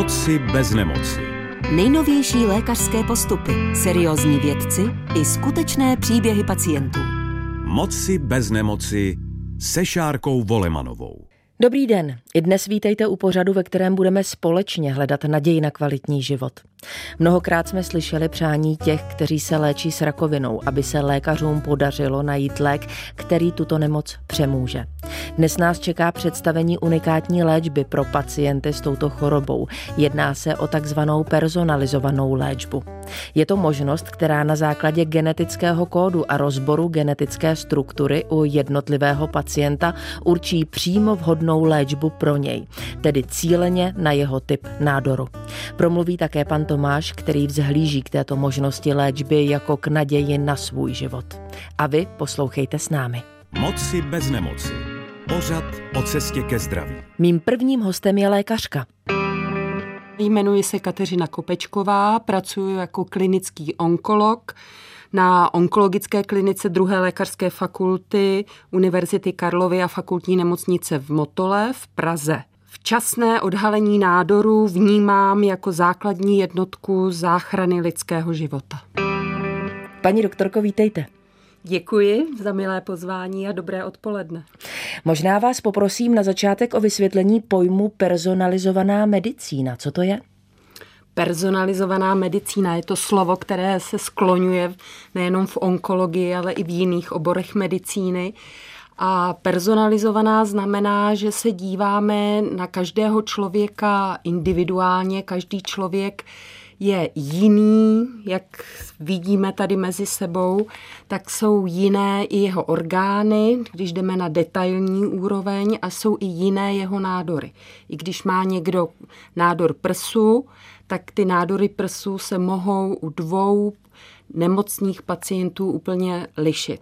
Moci bez nemoci. Nejnovější lékařské postupy, seriózní vědci i skutečné příběhy pacientů. Moci bez nemoci se Šárkou Volemanovou. Dobrý den, i dnes vítejte u pořadu, ve kterém budeme společně hledat naději na kvalitní život. Mnohokrát jsme slyšeli přání těch, kteří se léčí s rakovinou, aby se lékařům podařilo najít lék, který tuto nemoc přemůže. Dnes nás čeká představení unikátní léčby pro pacienty s touto chorobou. Jedná se o takzvanou personalizovanou léčbu. Je to možnost, která na základě genetického kódu a rozboru genetické struktury u jednotlivého pacienta určí přímo vhodnou léčbu pro něj, tedy cíleně na jeho typ nádoru. Promluví také pan Tomáš, který vzhlíží k této možnosti léčby jako k naději na svůj život. A vy poslouchejte s námi. Moci bez nemoci. Pořad o cestě ke zdraví. Mým prvním hostem je lékařka. Jmenuji se Kateřina Kopečková, pracuji jako klinický onkolog na onkologické klinice 2. lékařské fakulty Univerzity Karlovy a fakultní nemocnice v Motole v Praze. Včasné odhalení nádoru vnímám jako základní jednotku záchrany lidského života. Paní doktorko, vítejte. Děkuji za milé pozvání a dobré odpoledne. Možná vás poprosím na začátek o vysvětlení pojmu personalizovaná medicína. Co to je? Personalizovaná medicína je to slovo, které se skloňuje nejenom v onkologii, ale i v jiných oborech medicíny. A personalizovaná znamená, že se díváme na každého člověka individuálně. Každý člověk je jiný, jak vidíme tady mezi sebou, tak jsou jiné i jeho orgány, když jdeme na detailní úroveň, a jsou i jiné jeho nádory. I když má někdo nádor prsu, tak ty nádory prsu se mohou u 2 nemocných pacientů úplně lišit.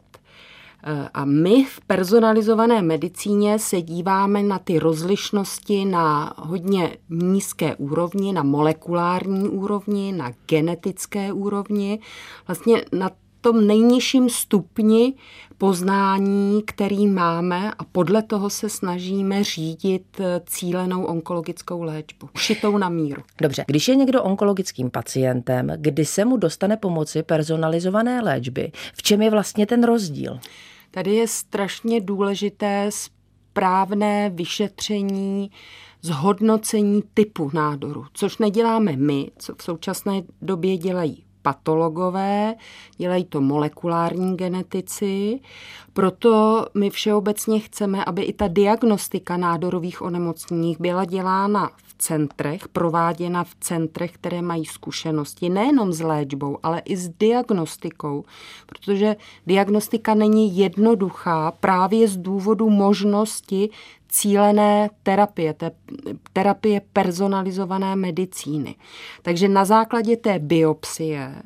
A my v personalizované medicíně se díváme na ty rozlišnosti na hodně nízké úrovni, na molekulární úrovni, na genetické úrovni, vlastně na tom nejnižším stupni poznání, který máme, a podle toho se snažíme řídit cílenou onkologickou léčbu, šitou na míru. Dobře, když je někdo onkologickým pacientem, kdy se mu dostane pomoci personalizované léčby, v čem je vlastně ten rozdíl? Tady je strašně důležité správné vyšetření, zhodnocení typu nádoru, což neděláme my, co v současné době dělají patologové, dělají to molekulární genetici, proto my všeobecně chceme, aby i ta diagnostika nádorových onemocnění byla dělána v centrech, prováděna v centrech, které mají zkušenosti nejenom s léčbou, ale i s diagnostikou, protože diagnostika není jednoduchá právě z důvodu možnosti cílené terapie, terapie personalizované medicíny. Takže na základě té biopsie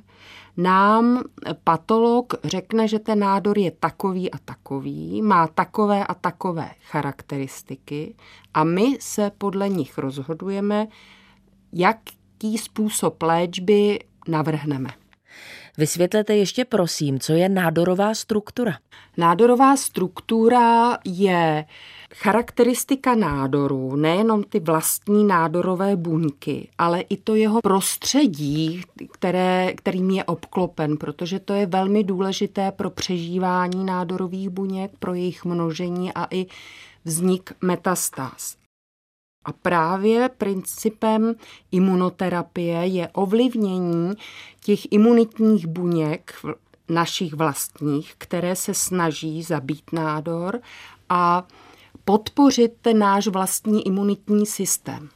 nám patolog řekne, že ten nádor je takový a takový, má takové a takové charakteristiky a my se podle nich rozhodujeme, jaký způsob léčby navrhneme. Vysvětlete ještě prosím, co je nádorová struktura. Nádorová struktura je charakteristika nádoru, nejenom ty vlastní nádorové buňky, ale i to jeho prostředí, kterým je obklopen, protože to je velmi důležité pro přežívání nádorových buněk, pro jejich množení a i vznik metastáz. A právě principem imunoterapie je ovlivnění těch imunitních buněk našich vlastních, které se snaží zabít nádor a podpořit ten náš vlastní imunitní systém.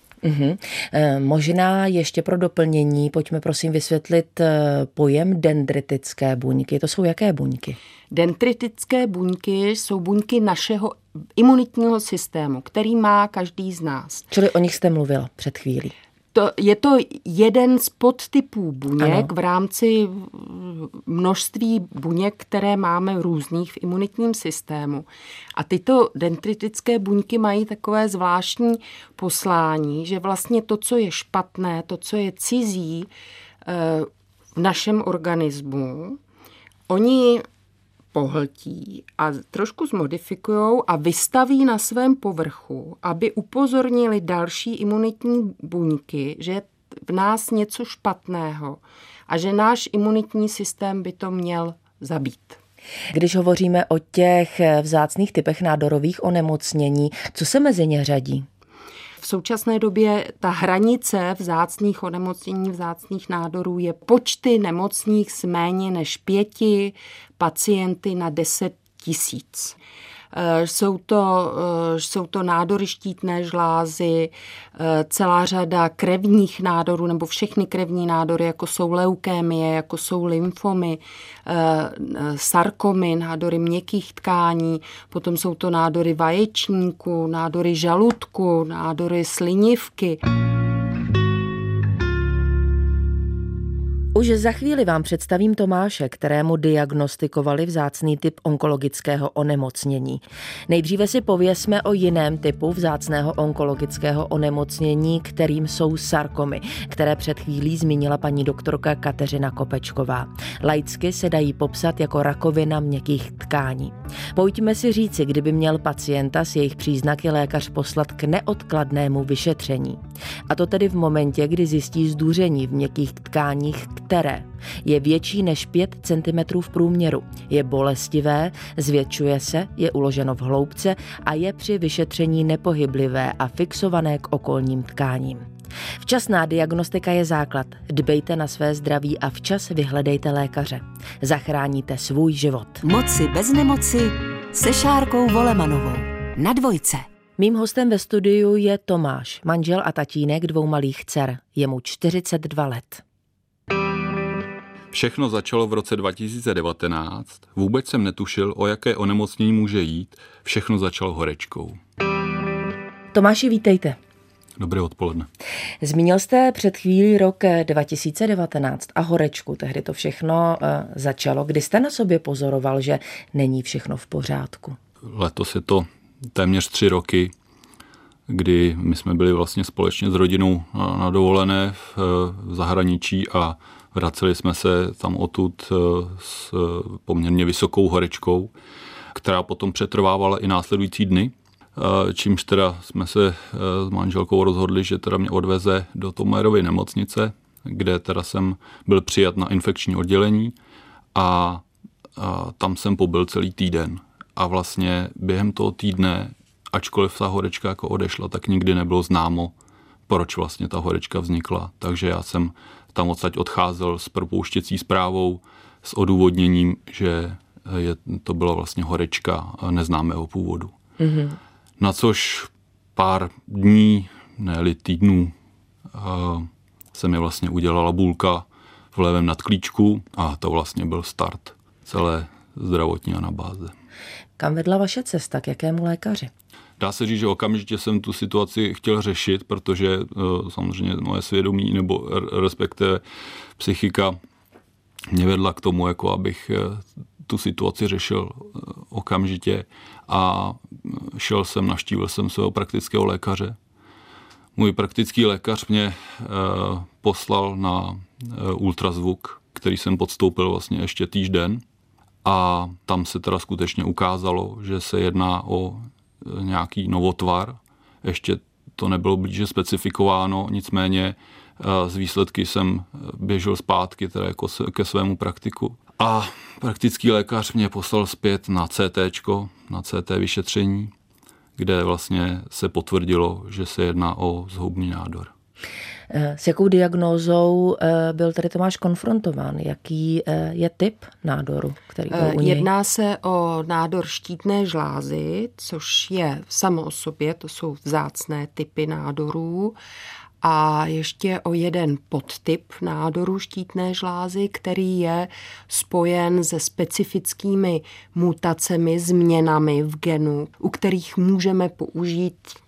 Možná ještě pro doplnění, pojďme prosím vysvětlit pojem dendritické buňky. To jsou jaké buňky? Dendritické buňky jsou buňky našeho imunitního systému, který má každý z nás. Čili o nich jste mluvila před chvílí. Je to jeden z podtypů buněk v rámci množství buněk, které máme různých v imunitním systému. A tyto dendritické buňky mají takové zvláštní poslání, že vlastně to, co je špatné, to, co je cizí v našem organismu, oni pohltí a trošku zmodifikujou a vystaví na svém povrchu, aby upozornili další imunitní buňky, že je v nás něco špatného a že náš imunitní systém by to měl zabít. Když hovoříme o těch vzácných typech nádorových onemocnění, co se mezi ně řadí? V současné době ta hranice vzácných onemocnění, vzácných nádorů je počty nemocných s méně než 5 pacienty na 10 000. Jsou to nádory štítné žlázy, celá řada krevních nádorů nebo všechny krevní nádory, jako jsou leukémie, jako jsou lymfomy, sarkomy, nádory měkkých tkání, potom jsou to nádory vaječníku, nádory žaludku, nádory slinivky. Už za chvíli vám představím Tomáše, kterému diagnostikovali vzácný typ onkologického onemocnění. Nejdříve si pověsme o jiném typu vzácného onkologického onemocnění, kterým jsou sarkomy, které před chvílí zmínila paní doktorka Kateřina Kopečková. Laicky se dají popsat jako rakovina měkkých tkání. Pojďme si říci, kdyby měl pacienta s jejich příznaky lékař poslat k neodkladnému vyšetření. A to tedy v momentě, kdy zjistí zdůření v měkkých tkáních, které je větší než 5 cm v průměru, je bolestivé, zvětšuje se, je uloženo v hloubce a je při vyšetření nepohyblivé a fixované k okolním tkáním. Včasná diagnostika je základ. Dbejte na své zdraví a včas vyhledejte lékaře. Zachráníte svůj život. Moci bez nemoci se Šárkou Volemanovou na Dvojce. Mým hostem ve studiu je Tomáš, manžel a tatínek 2 malých dcer. Je mu 42 let. Všechno začalo v roce 2019. Vůbec jsem netušil, o jaké onemocnění může jít. Všechno začalo horečkou. Tomáši, vítejte. Dobré odpoledne. Zmínil jste před chvílí rok 2019 a horečku. Tehdy to všechno začalo. Kdy jste na sobě pozoroval, že není všechno v pořádku? Letos je to téměř 3 roky, kdy my jsme byli vlastně společně s rodinou na dovolené v zahraničí a vraceli jsme se tam odtud s poměrně vysokou horečkou, která potom přetrvávala i následující dny. Čímž teda jsme se s manželkou rozhodli, že teda mě odveze do Tomajerovy nemocnice, kde teda jsem byl přijat na infekční oddělení a tam jsem pobyl celý týden. A vlastně během toho týdne, ačkoliv ta horečka jako odešla, tak nikdy nebylo známo, proč vlastně ta horečka vznikla. Takže já jsem tam odsaď odcházel s propouštěcí zprávou s odůvodněním, že to byla vlastně horečka neznámého původu. Mm-hmm. Na což pár dní, ne-li týdnů, se mi vlastně udělala bulka v levém nadklíčku a to vlastně byl start celé zdravotní anabáze. Kam vedla vaše cesta, k jakému lékaři? Dá se říct, že okamžitě jsem tu situaci chtěl řešit, protože samozřejmě moje svědomí nebo respektive psychika mě vedla k tomu, jako abych tu situaci řešil okamžitě a navštívil jsem svého praktického lékaře. Můj praktický lékař mě poslal na ultrazvuk, který jsem podstoupil vlastně ještě týžden a tam se teda skutečně ukázalo, že se jedná o nějaký novotvar. Ještě to nebylo blíže specifikováno, nicméně z výsledky jsem běžel zpátky teda jako ke svému praktiku. A praktický lékař mě poslal zpět na na CT vyšetření, kde vlastně se potvrdilo, že se jedná o zhoubný nádor. S jakou diagnózou byl tedy Tomáš konfrontován? Jaký je typ nádoru, který byl u něj? Jedná se o nádor štítné žlázy, což je samo o sobě, to jsou vzácné typy nádorů. A ještě o jeden podtyp nádoru štítné žlázy, který je spojen se specifickými mutacemi, změnami v genu, u kterých můžeme použít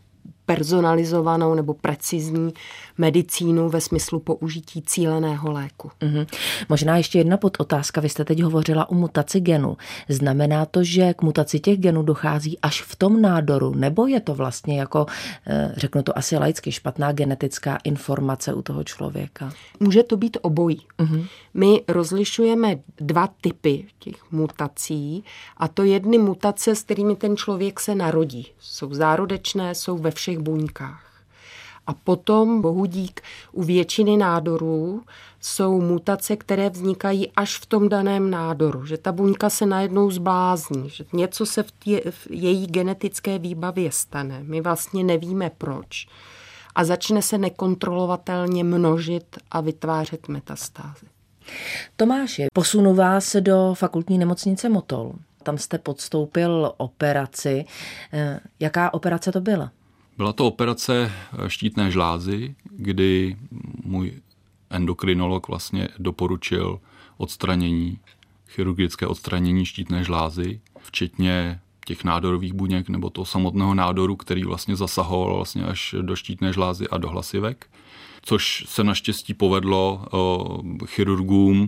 personalizovanou nebo precizní medicínu ve smyslu použití cíleného léku. Možná ještě jedna podotázka. Vy jste teď hovořila o mutaci genu. Znamená to, že k mutaci těch genů dochází až v tom nádoru, nebo je to vlastně jako, řeknu to asi laicky, špatná genetická informace u toho člověka? Může to být obojí. My rozlišujeme 2 typy těch mutací a to jedny mutace, s kterými ten člověk se narodí. Jsou zárodečné, jsou ve všech buňkách. A potom, bohudík, u většiny nádorů jsou mutace, které vznikají až v tom daném nádoru. Že ta buňka se najednou zblázní, že něco se v její genetické výbavě stane. My vlastně nevíme proč. A začne se nekontrolovatelně množit a vytvářet metastázy. Tomáši, posunu vás do fakultní nemocnice Motol. Tam jste podstoupil operaci. Jaká operace to byla? Byla to operace štítné žlázy, kdy můj endokrinolog vlastně doporučil chirurgické odstranění štítné žlázy, včetně těch nádorových buněk nebo toho samotného nádoru, který vlastně zasahoval vlastně až do štítné žlázy a do hlasivek, což se naštěstí povedlo chirurgům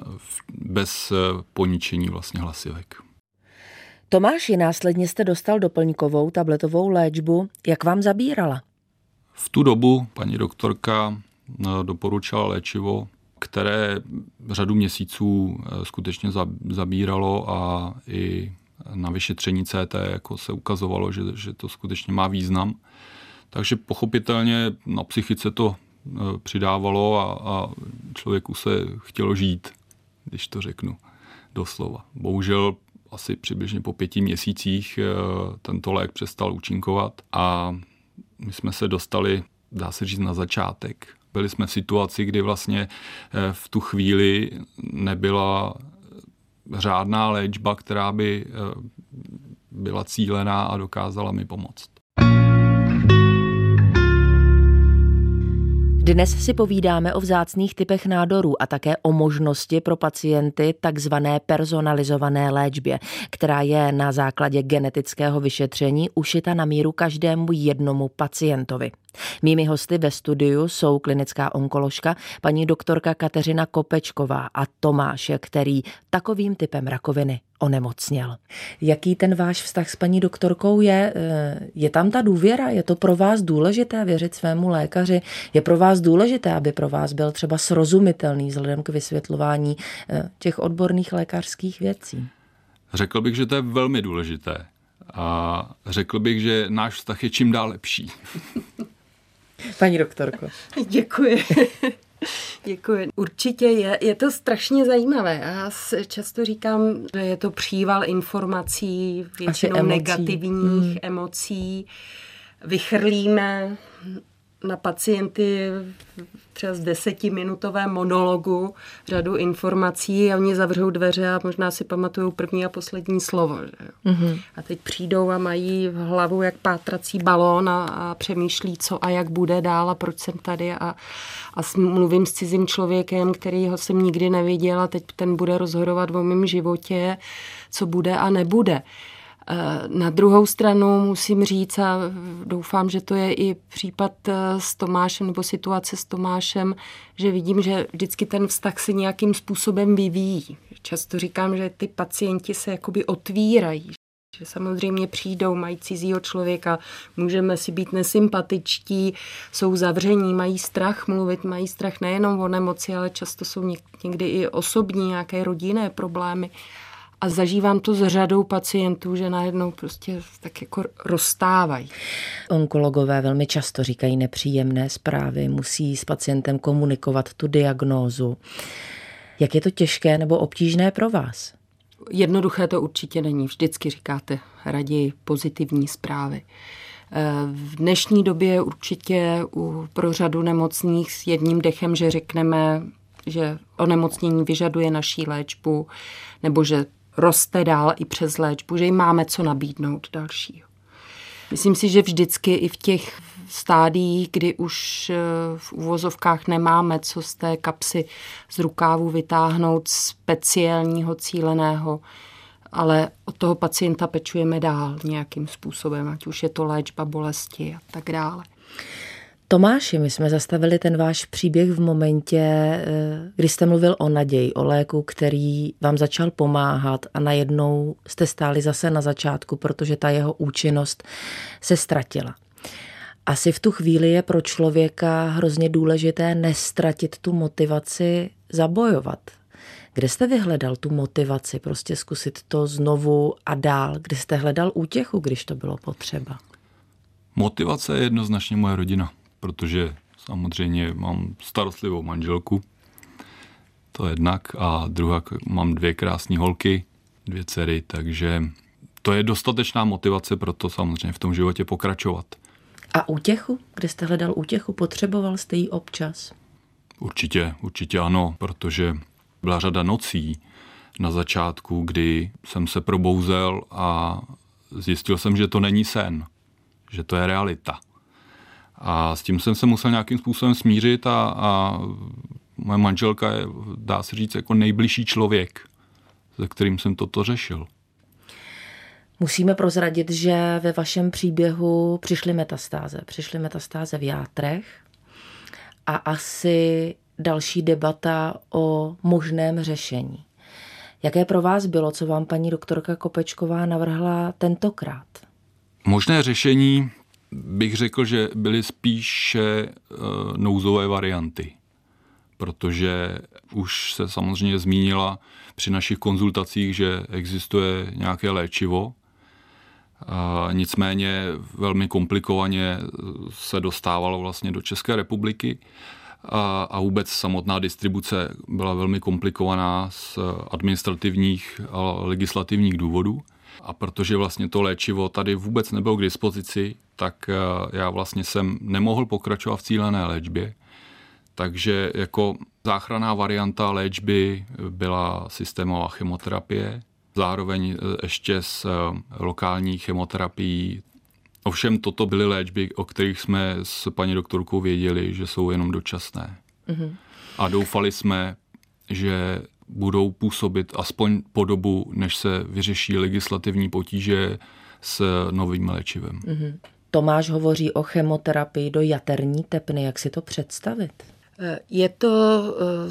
bez poničení vlastně hlasivek. Tomáši, následně jste dostal doplňkovou tabletovou léčbu. Jak vám zabírala? V tu dobu paní doktorka doporučila léčivo, které řadu měsíců skutečně zabíralo a i na vyšetření CT jako se ukazovalo, že to skutečně má význam. Takže pochopitelně na psychice to přidávalo a člověku se chtělo žít, když to řeknu doslova. Bohužel asi přibližně po 5 měsících tento lék přestal účinkovat a my jsme se dostali, dá se říct, na začátek. Byli jsme v situaci, kdy vlastně v tu chvíli nebyla řádná léčba, která by byla cílená a dokázala mi pomoct. Dnes si povídáme o vzácných typech nádorů a také o možnosti pro pacienty takzvané personalizované léčbě, která je na základě genetického vyšetření ušita na míru každému jednomu pacientovi. Mými hosty ve studiu jsou klinická onkoložka paní doktorka Kateřina Kopečková a Tomáš, který takovým typem rakoviny onemocněl. Jaký ten váš vztah s paní doktorkou je? Je tam ta důvěra? Je to pro vás důležité věřit svému lékaři? Je pro vás důležité, aby pro vás byl třeba srozumitelný vzhledem k vysvětlování těch odborných lékařských věcí? Řekl bych, že to je velmi důležité. A řekl bych, že náš vztah je čím dál lepší. Paní doktorko. Děkuji. Děkuji. Určitě je to strašně zajímavé. Já často říkám, že je to příval informací, většinou negativních emocí. Vychrlíme na pacienty třeba z 10minutovém monologu řadu informací a oni zavřou dveře a možná si pamatujou první a poslední slovo. Že jo? A teď přijdou a mají v hlavu jak pátrací balón a přemýšlí, co a jak bude dál a proč jsem tady a mluvím s cizím člověkem, kterýho jsem nikdy neviděl a teď ten bude rozhodovat o mém životě, co bude a nebude. Na druhou stranu musím říct, a doufám, že to je i případ s Tomášem nebo situace s Tomášem, že vidím, že vždycky ten vztah se nějakým způsobem vyvíjí. Často říkám, že ty pacienti se jakoby otvírají. Že samozřejmě přijdou, mají cizího člověka, můžeme si být nesympatičtí, jsou zavření, mají strach mluvit, mají strach nejenom o nemoci, ale často jsou někdy i osobní, nějaké rodinné problémy. A zažívám to s řadou pacientů, že najednou prostě tak jako rozstávají. Onkologové velmi často říkají nepříjemné zprávy, musí s pacientem komunikovat tu diagnózu. Jak je to těžké nebo obtížné pro vás? Jednoduché to určitě není. Vždycky říkáte raději pozitivní zprávy. V dnešní době určitě pro řadu nemocných s jedním dechem, že řekneme, že onemocnění vyžaduje naší léčbu, nebo že roste dál i přes léčbu, že jim máme co nabídnout dalšího. Myslím si, že vždycky i v těch stádiích, kdy už v uvozovkách nemáme co z té kapsy z rukávu vytáhnout speciálního cíleného, ale od toho pacienta pečujeme dál nějakým způsobem, ať už je to léčba bolesti a tak dále. Tomáši, my jsme zastavili ten váš příběh v momentě, kdy jste mluvil o naději, o léku, který vám začal pomáhat a najednou jste stáli zase na začátku, protože ta jeho účinnost se ztratila. Asi v tu chvíli je pro člověka hrozně důležité nestratit tu motivaci zabojovat. Kde jste vyhledal tu motivaci, prostě zkusit to znovu a dál? Kde jste hledal útěchu, když to bylo potřeba? Motivace je jednoznačně moje rodina, protože samozřejmě mám starostlivou manželku, to jednak, a druhá mám 2 krásné holky, 2 dcery, takže to je dostatečná motivace pro to samozřejmě v tom životě pokračovat. A útěchu? Kde jste hledal útěchu? Potřeboval jste ji občas? Určitě ano, protože byla řada nocí na začátku, kdy jsem se probouzel a zjistil jsem, že to není sen, že to je realita. A s tím jsem se musel nějakým způsobem smířit a moje manželka je, dá se říct, jako nejbližší člověk, se kterým jsem toto řešil. Musíme prozradit, že ve vašem příběhu přišly metastáze v játrech a asi další debata o možném řešení. Jaké pro vás bylo, co vám paní doktorka Kopečková navrhla tentokrát? Možné řešení bych řekl, že byly spíše nouzové varianty, protože už se samozřejmě zmínila při našich konzultacích, že existuje nějaké léčivo, nicméně velmi komplikovaně se dostávalo vlastně do České republiky a vůbec samotná distribuce byla velmi komplikovaná z administrativních a legislativních důvodů. A protože vlastně to léčivo tady vůbec nebylo k dispozici, tak já vlastně jsem nemohl pokračovat v cílené léčbě. Takže jako záchranná varianta léčby byla systémová chemoterapie, zároveň ještě s lokální chemoterapií. Ovšem toto byly léčby, o kterých jsme s paní doktorkou věděli, že jsou jenom dočasné. Mm-hmm. A doufali jsme, že budou působit aspoň po dobu, než se vyřeší legislativní potíže s novým léčivem. Mm-hmm. Tomáš hovoří o chemoterapii do jaterní tepny. Jak si to představit? Je to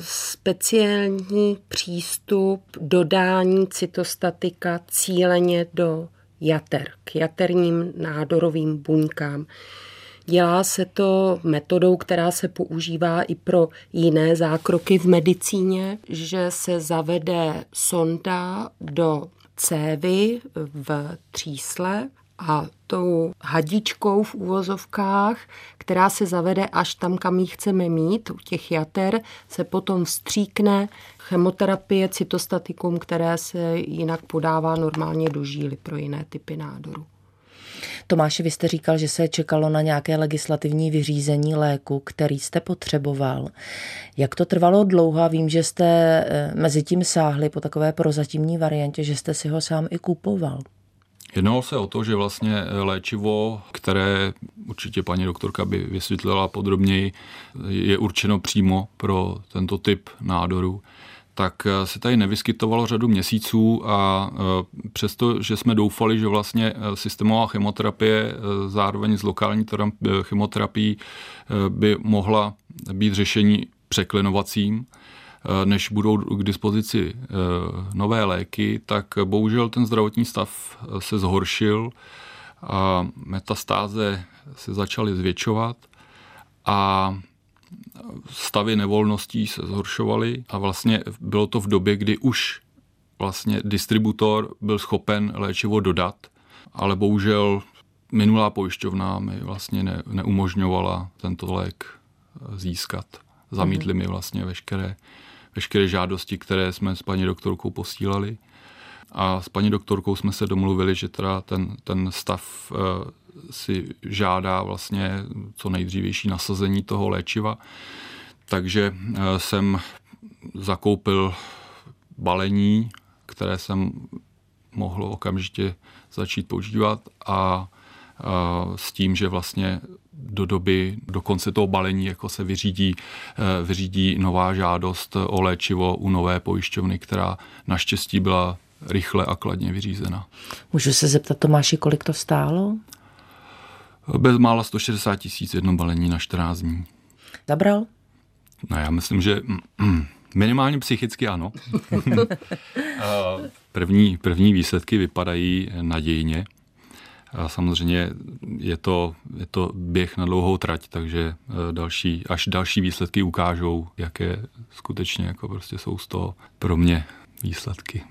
speciální přístup dodání cytostatika cíleně do jater, k jaterním nádorovým buňkám. Dělá se to metodou, která se používá i pro jiné zákroky v medicíně, že se zavede sonda do cévy v třísle a tou hadičkou v uvozovkách, která se zavede až tam, kam ji chceme mít, u těch jater, se potom vstříkne chemoterapie cytostatikum, které se jinak podává normálně do žíly pro jiné typy nádorů. Tomáši, vy jste říkal, že se čekalo na nějaké legislativní vyřízení léku, který jste potřeboval. Jak to trvalo dlouho? Vím, že jste mezi tím sáhli po takové prozatímní variantě, že jste si ho sám i kupoval. Jednalo se o to, že vlastně léčivo, které určitě paní doktorka by vysvětlila podrobněji, je určeno přímo pro tento typ nádoru, tak se tady nevyskytovalo řadu měsíců a přesto, že jsme doufali, že vlastně systémová chemoterapie zároveň s lokální chemoterapií by mohla být řešení překlenovacím, než budou k dispozici nové léky, tak bohužel ten zdravotní stav se zhoršil a metastáze se začaly zvětšovat a stavy nevolností se zhoršovaly a vlastně bylo to v době, kdy už vlastně distributor byl schopen léčivo dodat, ale bohužel minulá pojišťovna mi vlastně neumožňovala tento lék získat. Zamítli mi vlastně veškeré žádosti, které jsme s paní doktorkou posílali. A s paní doktorkou jsme se domluvili, že teda ten stav si žádá vlastně co nejdřívější nasazení toho léčiva. Takže jsem zakoupil balení, které jsem mohl okamžitě začít používat a s tím, že vlastně do konce toho balení jako se vyřídí nová žádost o léčivo u nové pojišťovny, která naštěstí byla rychle a kladně vyřízena. Můžu se zeptat, Tomáši, kolik to stálo? Bezmála 160 000 jedno balení na 14 dní. Zabral? No já myslím, že minimálně psychicky ano. První výsledky vypadají nadějně. A samozřejmě je to běh na dlouhou trať, takže až další výsledky ukážou, jaké skutečně jako prostě jsou z toho pro mě výsledky.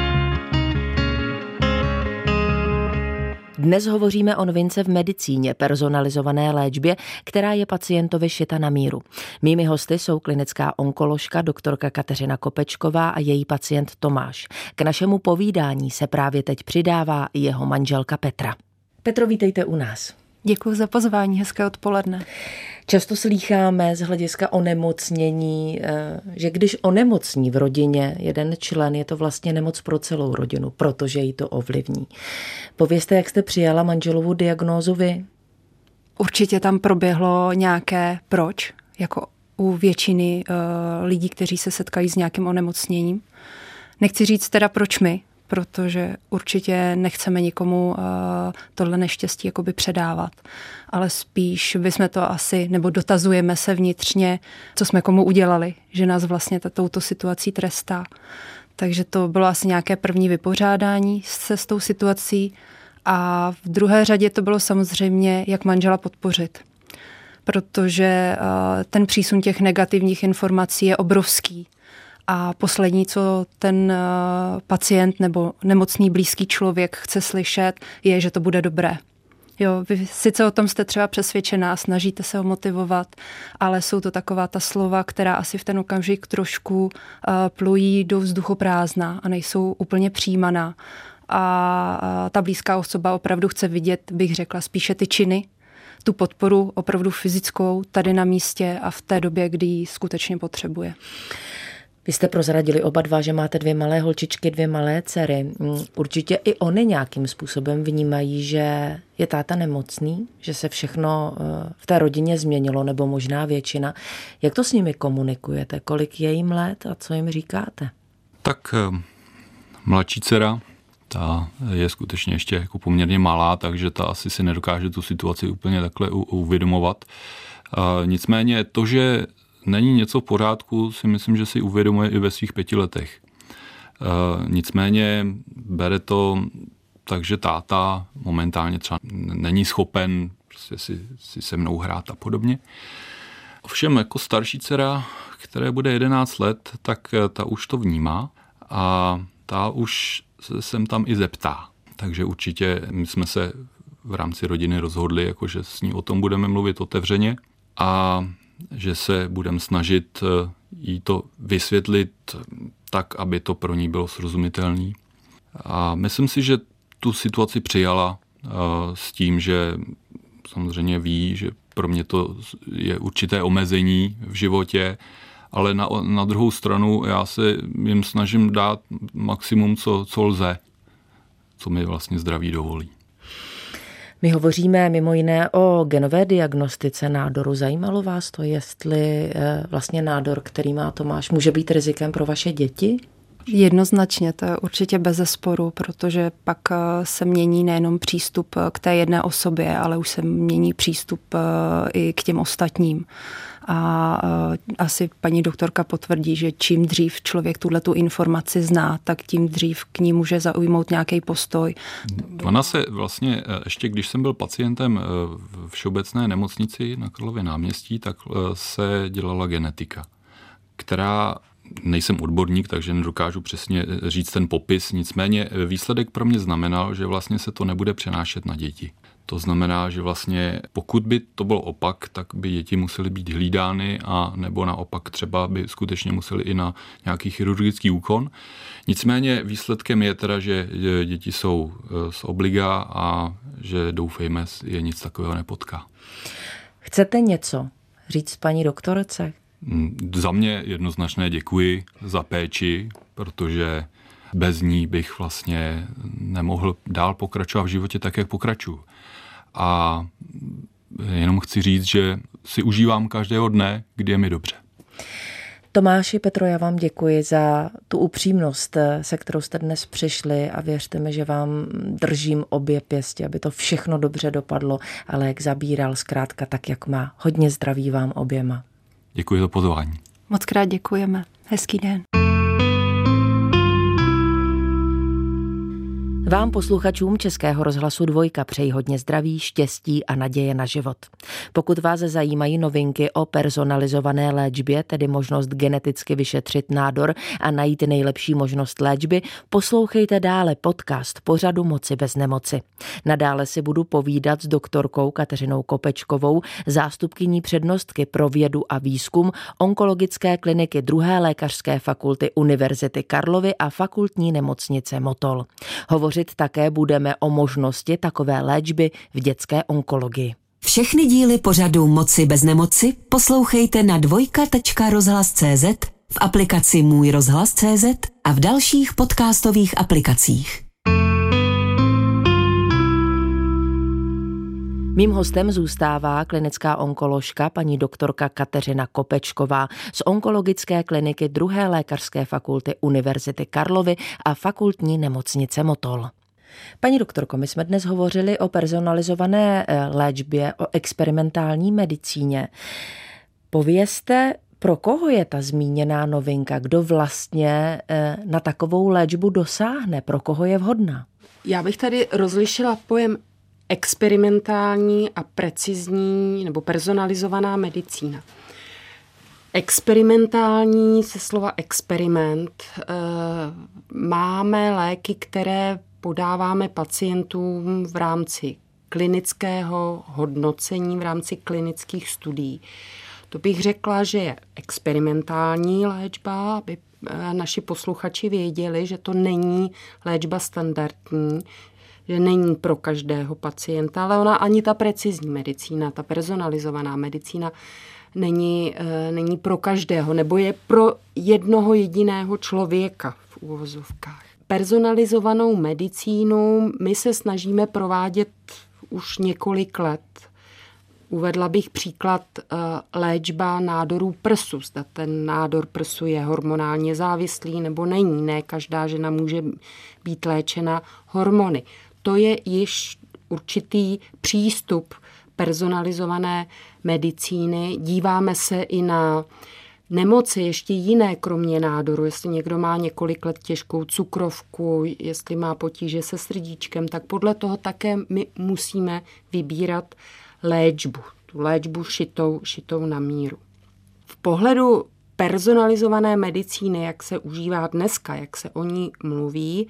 Dnes hovoříme o novince v medicíně, personalizované léčbě, která je pacientovi šita na míru. Mými hosty jsou klinická onkoložka doktorka Kateřina Kopečková a její pacient Tomáš. K našemu povídání se právě teď přidává i jeho manželka Petra. Petro, vítejte u nás. Děkuji za pozvání, hezké odpoledne. Často slýcháme z hlediska onemocnění, že když onemocní v rodině jeden člen, je to vlastně nemoc pro celou rodinu, protože jí to ovlivní. Povězte, jak jste přijala manželovu diagnózu vy? Určitě tam proběhlo nějaké proč, jako u většiny lidí, kteří se setkají s nějakým onemocněním. Nechci říct teda proč my, protože určitě nechceme nikomu tohle neštěstí jakoby předávat. Ale spíš bychom to asi, nebo dotazujeme se vnitřně, co jsme komu udělali, že nás vlastně touto situací trestá. Takže to bylo asi nějaké první vypořádání se s tou situací. A v druhé řadě to bylo samozřejmě, jak manžela podpořit. Protože ten přísun těch negativních informací je obrovský. A poslední, co ten pacient nebo nemocný blízký člověk chce slyšet, je, že to bude dobré. Jo, vy sice o tom jste třeba přesvědčená, snažíte se ho motivovat, ale jsou to taková ta slova, která asi v ten okamžik trošku plují do vzduchoprázdna a nejsou úplně přijímaná. A ta blízká osoba opravdu chce vidět, bych řekla, spíše ty činy, tu podporu opravdu fyzickou tady na místě a v té době, kdy ji skutečně potřebuje. Vy jste prozradili oba dva, že máte 2 malé holčičky, 2 malé dcery. Určitě i oni nějakým způsobem vnímají, že je táta nemocný, že se všechno v té rodině změnilo, nebo možná většina. Jak to s nimi komunikujete? Kolik je jim let a co jim říkáte? Tak mladší dcera, ta je skutečně ještě jako poměrně malá, takže ta asi si nedokáže tu situaci úplně takhle uvědomovat. Nicméně to, že není něco v pořádku, si myslím, že si uvědomuje i ve svých 5 letech. Nicméně bere to tak, že táta momentálně třeba není schopen prostě si se mnou hrát a podobně. Ovšem jako starší dcera, které bude 11 let, tak ta už to vnímá a ta už se sem tam i zeptá. Takže určitě my jsme se v rámci rodiny rozhodli, jako že s ní o tom budeme mluvit otevřeně a že se budeme snažit jí to vysvětlit tak, aby to pro ní bylo srozumitelné. A myslím si, že tu situaci přijala s tím, že samozřejmě ví, že pro mě to je určité omezení v životě, ale na druhou stranu já se jim snažím dát maximum, co lze, co mi vlastně zdraví dovolí. My hovoříme mimo jiné o genové diagnostice nádoru. Zajímalo vás to, jestli vlastně nádor, který má Tomáš, může být rizikem pro vaše děti? Jednoznačně, to je určitě bezesporu, protože pak se mění nejenom přístup k té jedné osobě, ale už se mění přístup i k těm ostatním. A asi paní doktorka potvrdí, že čím dřív člověk tuhletu informaci zná, tak tím dřív k ní může zaujmout nějaký postoj. Ona se vlastně, ještě když jsem byl pacientem v Všeobecné nemocnici na Karlově náměstí, tak se dělala genetika, která, nejsem odborník, takže nedokážu přesně říct ten popis, nicméně výsledek pro mě znamenal, že vlastně se to nebude přenášet na děti. To znamená, že vlastně pokud by to byl opak, tak by děti musely být hlídány a nebo naopak třeba by skutečně museli i na nějaký chirurgický úkon. Nicméně výsledkem je teda, že děti jsou z obliga a že doufejme, je nic takového nepotká. Chcete něco říct paní doktorce? Za mě jednoznačné děkuji za péči, protože bez ní bych vlastně nemohl dál pokračovat v životě tak, jak pokračuju. A jenom chci říct, že si užívám každého dne, kdy je mi dobře. Tomáši, Petro, já vám děkuji za tu upřímnost, se kterou jste dnes přišli a věřte mi, že vám držím obě pěsti, aby to všechno dobře dopadlo, ale jak zabíral zkrátka tak, jak má. Hodně zdraví vám oběma. Děkuji za pozvání. Moc krát děkujeme. Hezký den. Vám, posluchačům Českého rozhlasu Dvojka, přeji hodně zdraví, štěstí a naděje na život. Pokud vás zajímají novinky o personalizované léčbě, tedy možnost geneticky vyšetřit nádor a najít nejlepší možnost léčby, poslouchejte dále podcast pořadu Moci bez nemoci. Nadále si budu povídat s doktorkou Kateřinou Kopečkovou, zástupkyní přednostky pro vědu a výzkum Onkologické kliniky 2. lékařské fakulty Univerzity Karlovy a fakultní nemocnice Motol. Hovořit také budeme o možnosti takové léčby v dětské onkologii. Všechny díly pořadu Moci bez nemoci poslouchejte na dvojka.rozhlas.cz, v aplikaci Můj rozhlas.cz a v dalších podcastových aplikacích. Mým hostem zůstává klinická onkoložka paní doktorka Kateřina Kopečková z Onkologické kliniky 2. lékařské fakulty Univerzity Karlovy a fakultní nemocnice Motol. Paní doktorko, my jsme dnes hovořili o personalizované léčbě, o experimentální medicíně. Povězte, pro koho je ta zmíněná novinka? Kdo vlastně na takovou léčbu dosáhne? Pro koho je vhodná? Já bych tady rozlišila pojem experimentální a precizní nebo personalizovaná medicína. Experimentální, ze slova experiment, máme léky, které podáváme pacientům v rámci klinického hodnocení, v rámci klinických studií. To bych řekla, že je experimentální léčba, aby naši posluchači věděli, že to není léčba standardní, že není pro každého pacienta, ale ona ani ta precizní medicína, ta personalizovaná medicína není pro každého, nebo je pro jednoho jediného člověka v uvozovkách. Personalizovanou medicínu my se snažíme provádět už několik let. Uvedla bych příklad léčba nádorů prsu. Zda ten nádor prsu je hormonálně závislý nebo není. Ne každá žena může být léčena hormony. To je již určitý přístup personalizované medicíny. Díváme se i na nemoci ještě jiné, kromě nádoru. Jestli někdo má několik let těžkou cukrovku, jestli má potíže se srdíčkem, tak podle toho také my musíme vybírat léčbu. Tu léčbu šitou na míru. V pohledu personalizované medicíny, jak se užívá dneska, jak se o ní mluví,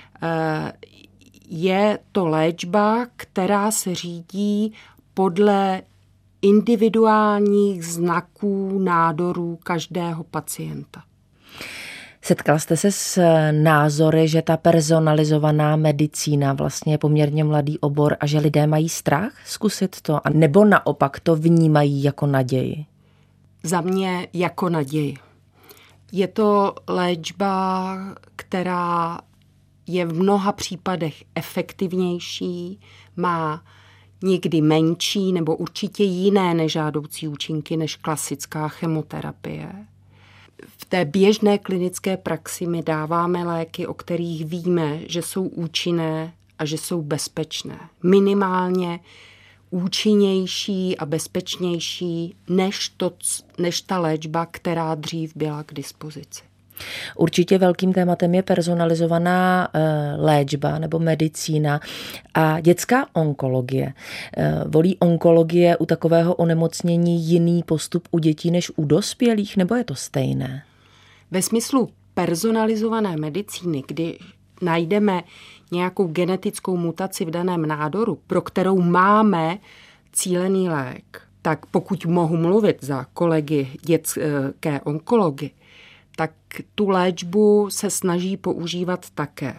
je to léčba, která se řídí podle individuálních znaků nádorů každého pacienta. Setkala jste se s názory, že ta personalizovaná medicína vlastně je poměrně mladý obor a že lidé mají strach zkusit to? A nebo naopak to vnímají jako naději? Za mě jako naději. Je to léčba, která je v mnoha případech efektivnější, má někdy menší nebo určitě jiné nežádoucí účinky než klasická chemoterapie. V té běžné klinické praxi my dáváme léky, o kterých víme, že jsou účinné a že jsou bezpečné. Minimálně účinnější a bezpečnější než ta léčba, která dřív byla k dispozici. Určitě velkým tématem je personalizovaná léčba nebo medicína a dětská onkologie. Volí onkologie u takového onemocnění jiný postup u dětí než u dospělých, nebo je to stejné? Ve smyslu personalizované medicíny, kdy najdeme nějakou genetickou mutaci v daném nádoru, pro kterou máme cílený lék, tak pokud mohu mluvit za kolegy dětské onkology, tak tu léčbu se snaží používat také.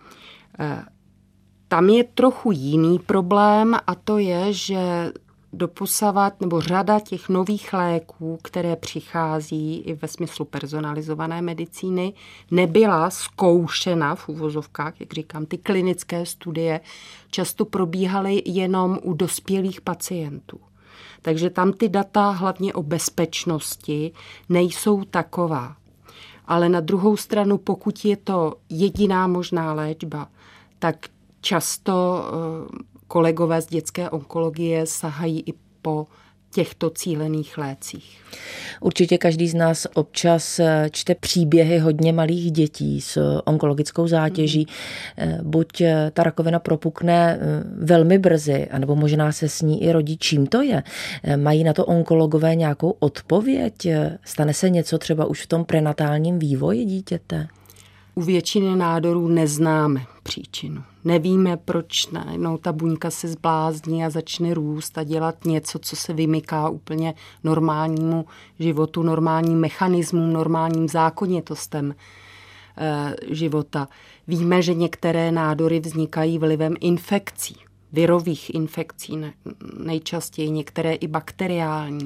Tam je trochu jiný problém a to je, že doposavat nebo řada těch nových léků, které přichází i ve smyslu personalizované medicíny, nebyla zkoušena v uvozovkách, jak říkám, ty klinické studie často probíhaly jenom u dospělých pacientů. Takže tam ty data hlavně o bezpečnosti nejsou taková. Ale na druhou stranu, pokud je to jediná možná léčba, tak často kolegové z dětské onkologie sahají i po těchto cílených lécích. Určitě každý z nás občas čte příběhy hodně malých dětí s onkologickou zátěží. Buď ta rakovina propukne velmi brzy, anebo možná se s ní i rodí. Čím to je? Mají na to onkologové nějakou odpověď? Stane se něco třeba už v tom prenatálním vývoji dítěte? U většiny nádorů neznáme příčinu. Nevíme, proč najednou ta buňka se zblázní a začne růst a dělat něco, co se vymyká úplně normálnímu životu, normálním mechanismům, normálním zákonitostem života. Víme, že některé nádory vznikají vlivem infekcí, virových infekcí nejčastěji, některé i bakteriální.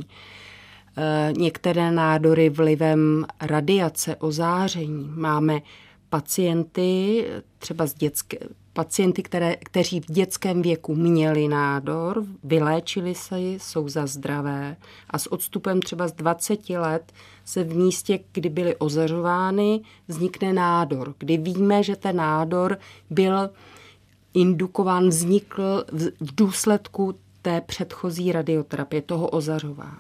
Některé nádory vlivem radiace, ozáření. Máme pacienty, třeba pacienty, kteří v dětském věku měli nádor, vyléčili se, jsou za zdravé a s odstupem třeba z 20 let se v místě, kdy byly ozařovány, vznikne nádor, kdy víme, že ten nádor byl indukován, vznikl v důsledku té předchozí radioterapie, toho ozařování.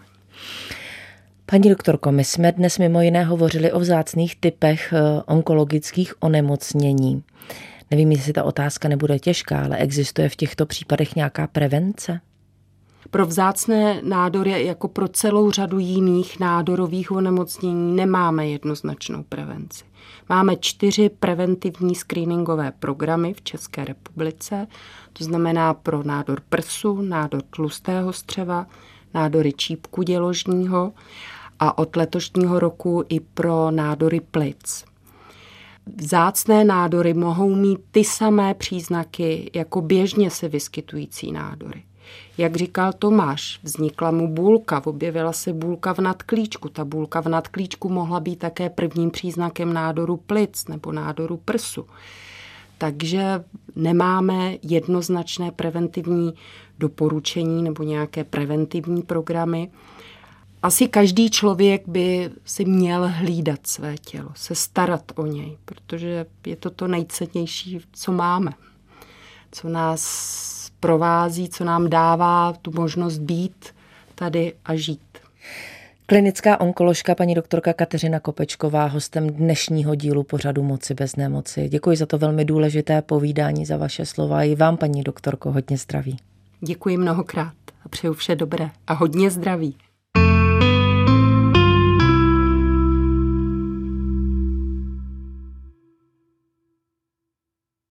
Paní doktorko, my jsme dnes mimo jiné hovořili o vzácných typech onkologických onemocnění. Nevím, jestli ta otázka nebude těžká, ale existuje v těchto případech nějaká prevence? Pro vzácné nádory, jako pro celou řadu jiných nádorových onemocnění, nemáme jednoznačnou prevenci. Máme 4 preventivní screeningové programy v České republice, to znamená pro nádor prsu, nádor tlustého střeva, nádory čípku děložního a od letošního roku i pro nádory plic. Vzácné nádory mohou mít ty samé příznaky jako běžně se vyskytující nádory. Jak říkal Tomáš, vznikla mu bůlka, objevila se bůlka v nadklíčku. Ta bůlka v nadklíčku mohla být také prvním příznakem nádoru plic nebo nádoru prsu. Takže nemáme jednoznačné preventivní doporučení nebo nějaké preventivní programy. Asi každý člověk by si měl hlídat své tělo, se starat o něj, protože je to to nejcennější, co máme, co nás provází, co nám dává tu možnost být tady a žít. Klinická onkoložka paní doktorka Kateřina Kopečková, hostem dnešního dílu pořadu Moci bez nemoci. Děkuji za to velmi důležité povídání, za vaše slova. I vám, paní doktorko, hodně zdraví. Děkuji mnohokrát a přeju vše dobré a hodně zdraví.